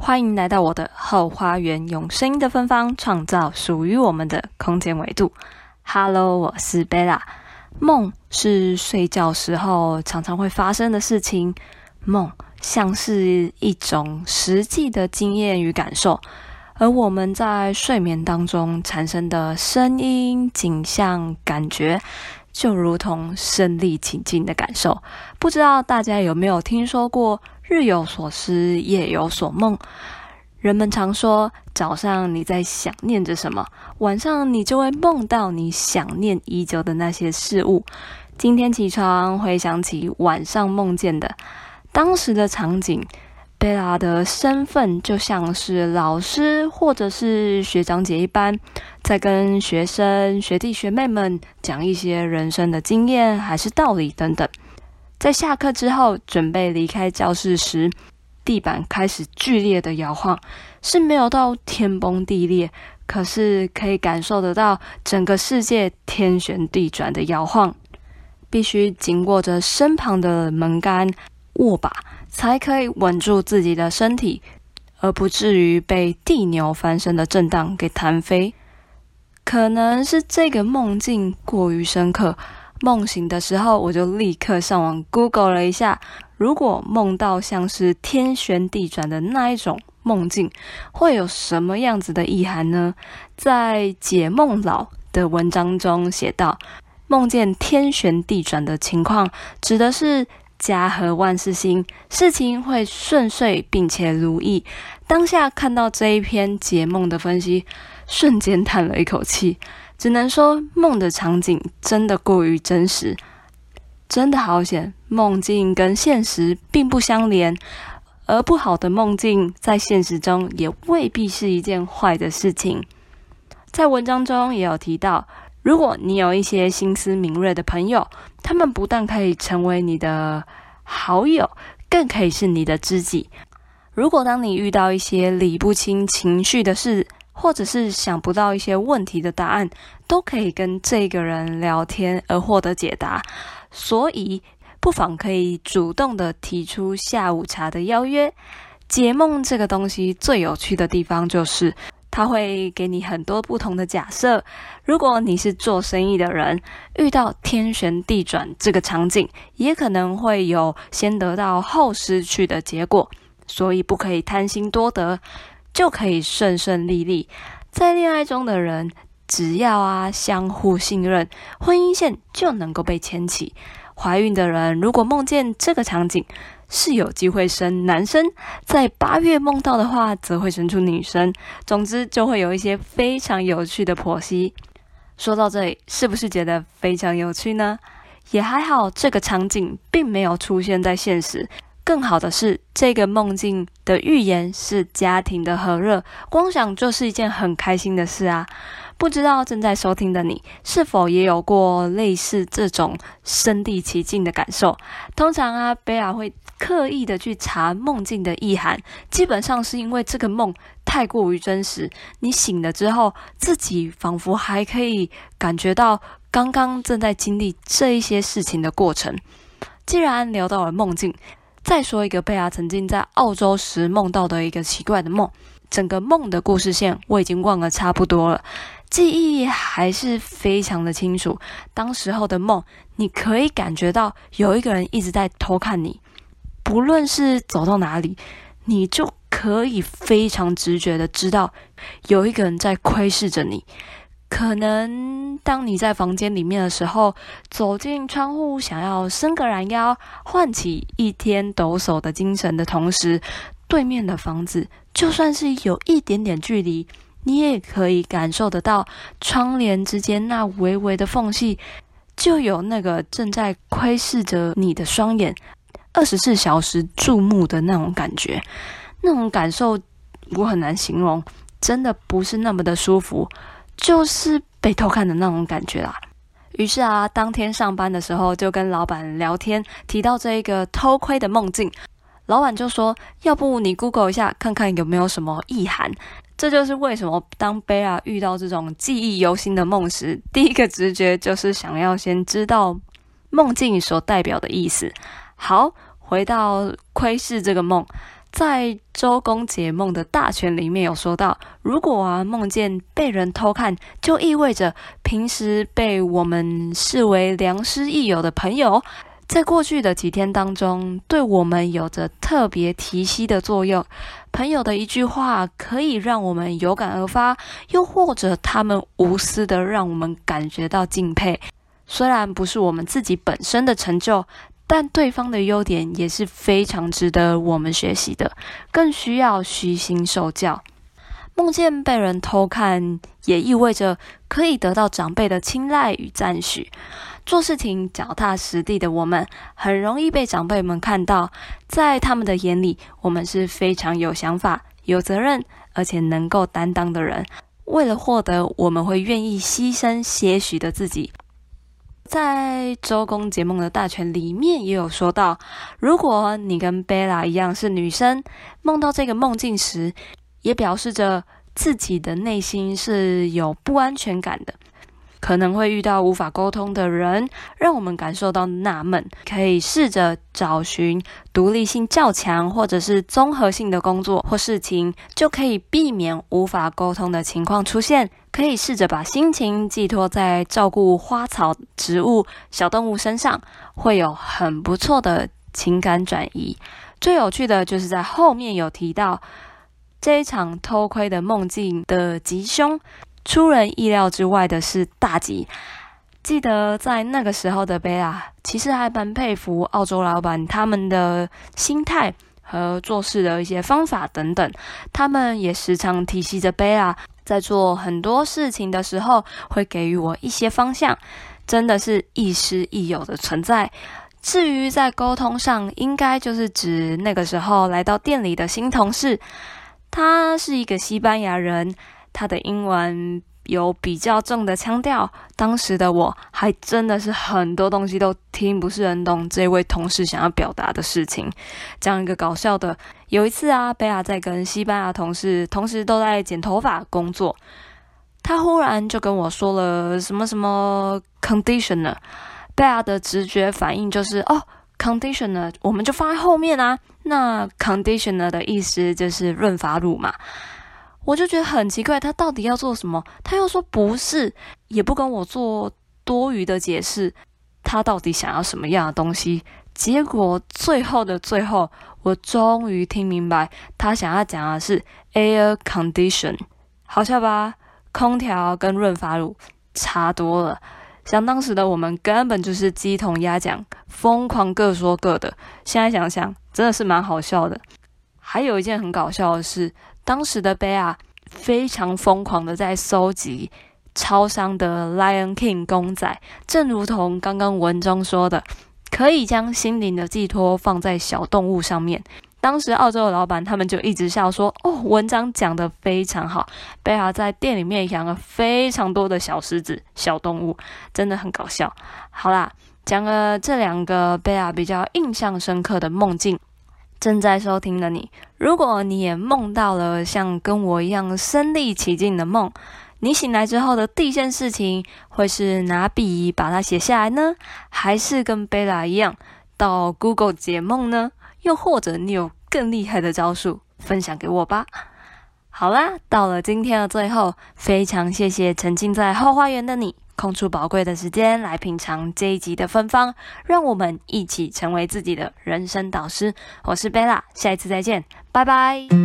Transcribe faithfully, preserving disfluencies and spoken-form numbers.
欢迎来到我的后花园，用声音的芬芳创造属于我们的空间维度。Hello， 我是 Bella。梦是睡觉时候常常会发生的事情，梦像是一种实际的经验与感受，而我们在睡眠当中产生的声音、景象、感觉，就如同身临其境的感受。不知道大家有没有听说过日有所思，夜有所梦？人们常说，早上你在想念着什么，晚上你就会梦到你想念已久的那些事物。今天起床会想起晚上梦见的当时的场景，贝拉的身份就像是老师或者是学长姐一般，在跟学生、学弟学妹们讲一些人生的经验还是道理等等。在下课之后准备离开教室时，地板开始剧烈的摇晃，是没有到天崩地裂，可是可以感受得到整个世界天旋地转的摇晃，必须经过着身旁的门杆握把才可以稳住自己的身体，而不至于被地牛翻身的震荡给弹飞。可能是这个梦境过于深刻，梦醒的时候我就立刻上网 Google 了一下，如果梦到像是天旋地转的那一种梦境，会有什么样子的意涵呢？在解梦老的文章中写道，梦见天旋地转的情况指的是家和万事兴，事情会顺遂并且如意。当下看到这一篇解梦的分析，瞬间叹了一口气，只能说梦的场景真的过于真实，真的好险，梦境跟现实并不相连，而不好的梦境在现实中也未必是一件坏的事情。在文章中也有提到，如果你有一些心思敏锐的朋友，他们不但可以成为你的好友，更可以是你的知己。如果当你遇到一些理不清情绪的事，或者是想不到一些问题的答案，都可以跟这个人聊天而获得解答。所以不妨可以主动的提出下午茶的邀约。解梦这个东西最有趣的地方就是它会给你很多不同的假设。如果你是做生意的人，遇到天旋地转这个场景，也可能会有先得到后失去的结果，所以不可以贪心多得，就可以顺顺利利。在恋爱中的人，只要啊相互信任，婚姻线就能够被牵起。怀孕的人如果梦见这个场景，是有机会生男生，在八月梦到的话，则会生出女生。总之就会有一些非常有趣的剖析。说到这里，是不是觉得非常有趣呢？也还好，这个场景并没有出现在现实。更好的是，这个梦境的预言是家庭的和热，光想就是一件很开心的事啊。不知道正在收听的你，是否也有过类似这种身临其境的感受？通常啊，贝拉会刻意的去查梦境的意涵，基本上是因为这个梦太过于真实，你醒了之后，自己仿佛还可以感觉到刚刚正在经历这一些事情的过程。既然聊到了梦境，再说一个贝拉曾经在澳洲时梦到的一个奇怪的梦。整个梦的故事线我已经忘了差不多了，记忆还是非常的清楚。当时候的梦，你可以感觉到有一个人一直在偷看你，不论是走到哪里，你就可以非常直觉的知道有一个人在窥视着你。可能当你在房间里面的时候，走进窗户想要伸个懒腰，唤起一天抖擞的精神的同时，对面的房子就算是有一点点距离，你也可以感受得到窗帘之间那微微的缝隙，就有那个正在窥视着你的双眼，二十四小时注目的那种感觉。那种感受我很难形容，真的不是那么的舒服，就是被偷看的那种感觉啦。于是啊，当天上班的时候就跟老板聊天，提到这一个偷窥的梦境，老板就说，要不你 Google 一下，看看有没有什么意涵。这就是为什么当贝拉遇到这种记忆犹新的梦时，第一个直觉就是想要先知道梦境所代表的意思。好，回到窥视这个梦， 在周公解梦的大全里面有说到，如果啊梦见被人偷看，就意味着平时被我们视为良师益友的朋友，在过去的几天当中，对我们有着特别提息的作用。朋友的一句话可以让我们有感而发，又或者他们无私的让我们感觉到敬佩。虽然不是我们自己本身的成就，但对方的优点也是非常值得我们学习的，更需要虚心受教。梦见被人偷看，也意味着可以得到长辈的青睐与赞许。做事情脚踏实地的我们，很容易被长辈们看到，在他们的眼里，我们是非常有想法、有责任，而且能够担当的人。为了获得，我们会愿意牺牲些许的自己。在周公解梦的大全里面也有说到，如果你跟贝拉一样是女生，梦到这个梦境时，也表示着自己的内心是有不安全感的，可能会遇到无法沟通的人，让我们感受到纳闷。可以试着找寻独立性较强或者是综合性的工作或事情，就可以避免无法沟通的情况出现。可以试着把心情寄托在照顾花草、植物、小动物身上，会有很不错的情感转移。最有趣的就是在后面有提到，这一场偷窥的梦境的吉凶，出人意料之外的是大吉。记得在那个时候的贝拉，其实还蛮佩服澳洲老板他们的心态和做事的一些方法等等。他们也时常提醒着贝拉，在做很多事情的时候，会给予我一些方向，真的是亦师亦友的存在。至于在沟通上，应该就是指那个时候来到店里的新同事，他是一个西班牙人，他的英文有比较重的腔调，当时的我还真的是很多东西都听不是很懂这位同事想要表达的事情。讲一个搞笑的，有一次啊，贝拉在跟西班牙同事同时都在剪头发工作，他忽然就跟我说了什么什么 conditioner， 贝拉的直觉反应就是哦 conditioner 我们就放在后面啊，那 conditioner 的意思就是润发乳嘛。我就觉得很奇怪，他到底要做什么？他又说不是，也不跟我做多余的解释，他到底想要什么样的东西？结果最后的最后，我终于听明白，他想要讲的是 air condition， 好笑吧？空调跟润发乳差多了。想当时的我们根本就是鸡同鸭讲，疯狂各说各的。现在想想，真的是蛮好笑的。还有一件很搞笑的是，当时的贝拉非常疯狂的在收集超商的 Lion King 公仔，正如同刚刚文中说的，可以将心灵的寄托放在小动物上面。当时澳洲的老板他们就一直笑说，哦，文章讲得非常好，贝拉在店里面养了非常多的小狮子、小动物，真的很搞笑。好啦，讲了这两个贝拉比较印象深刻的梦境，正在收听的你，如果你也梦到了像跟我一样身临其境的梦，你醒来之后的第一件事情会是拿笔把它写下来呢，还是跟贝拉一样到 Google 解梦呢？又或者你有更厉害的招数，分享给我吧。好啦，到了今天的最后，非常谢谢沉浸在后花园的你，空出宝贵的时间来品尝这一集的芬芳，让我们一起成为自己的人生导师。我是贝拉，下一次再见，拜拜。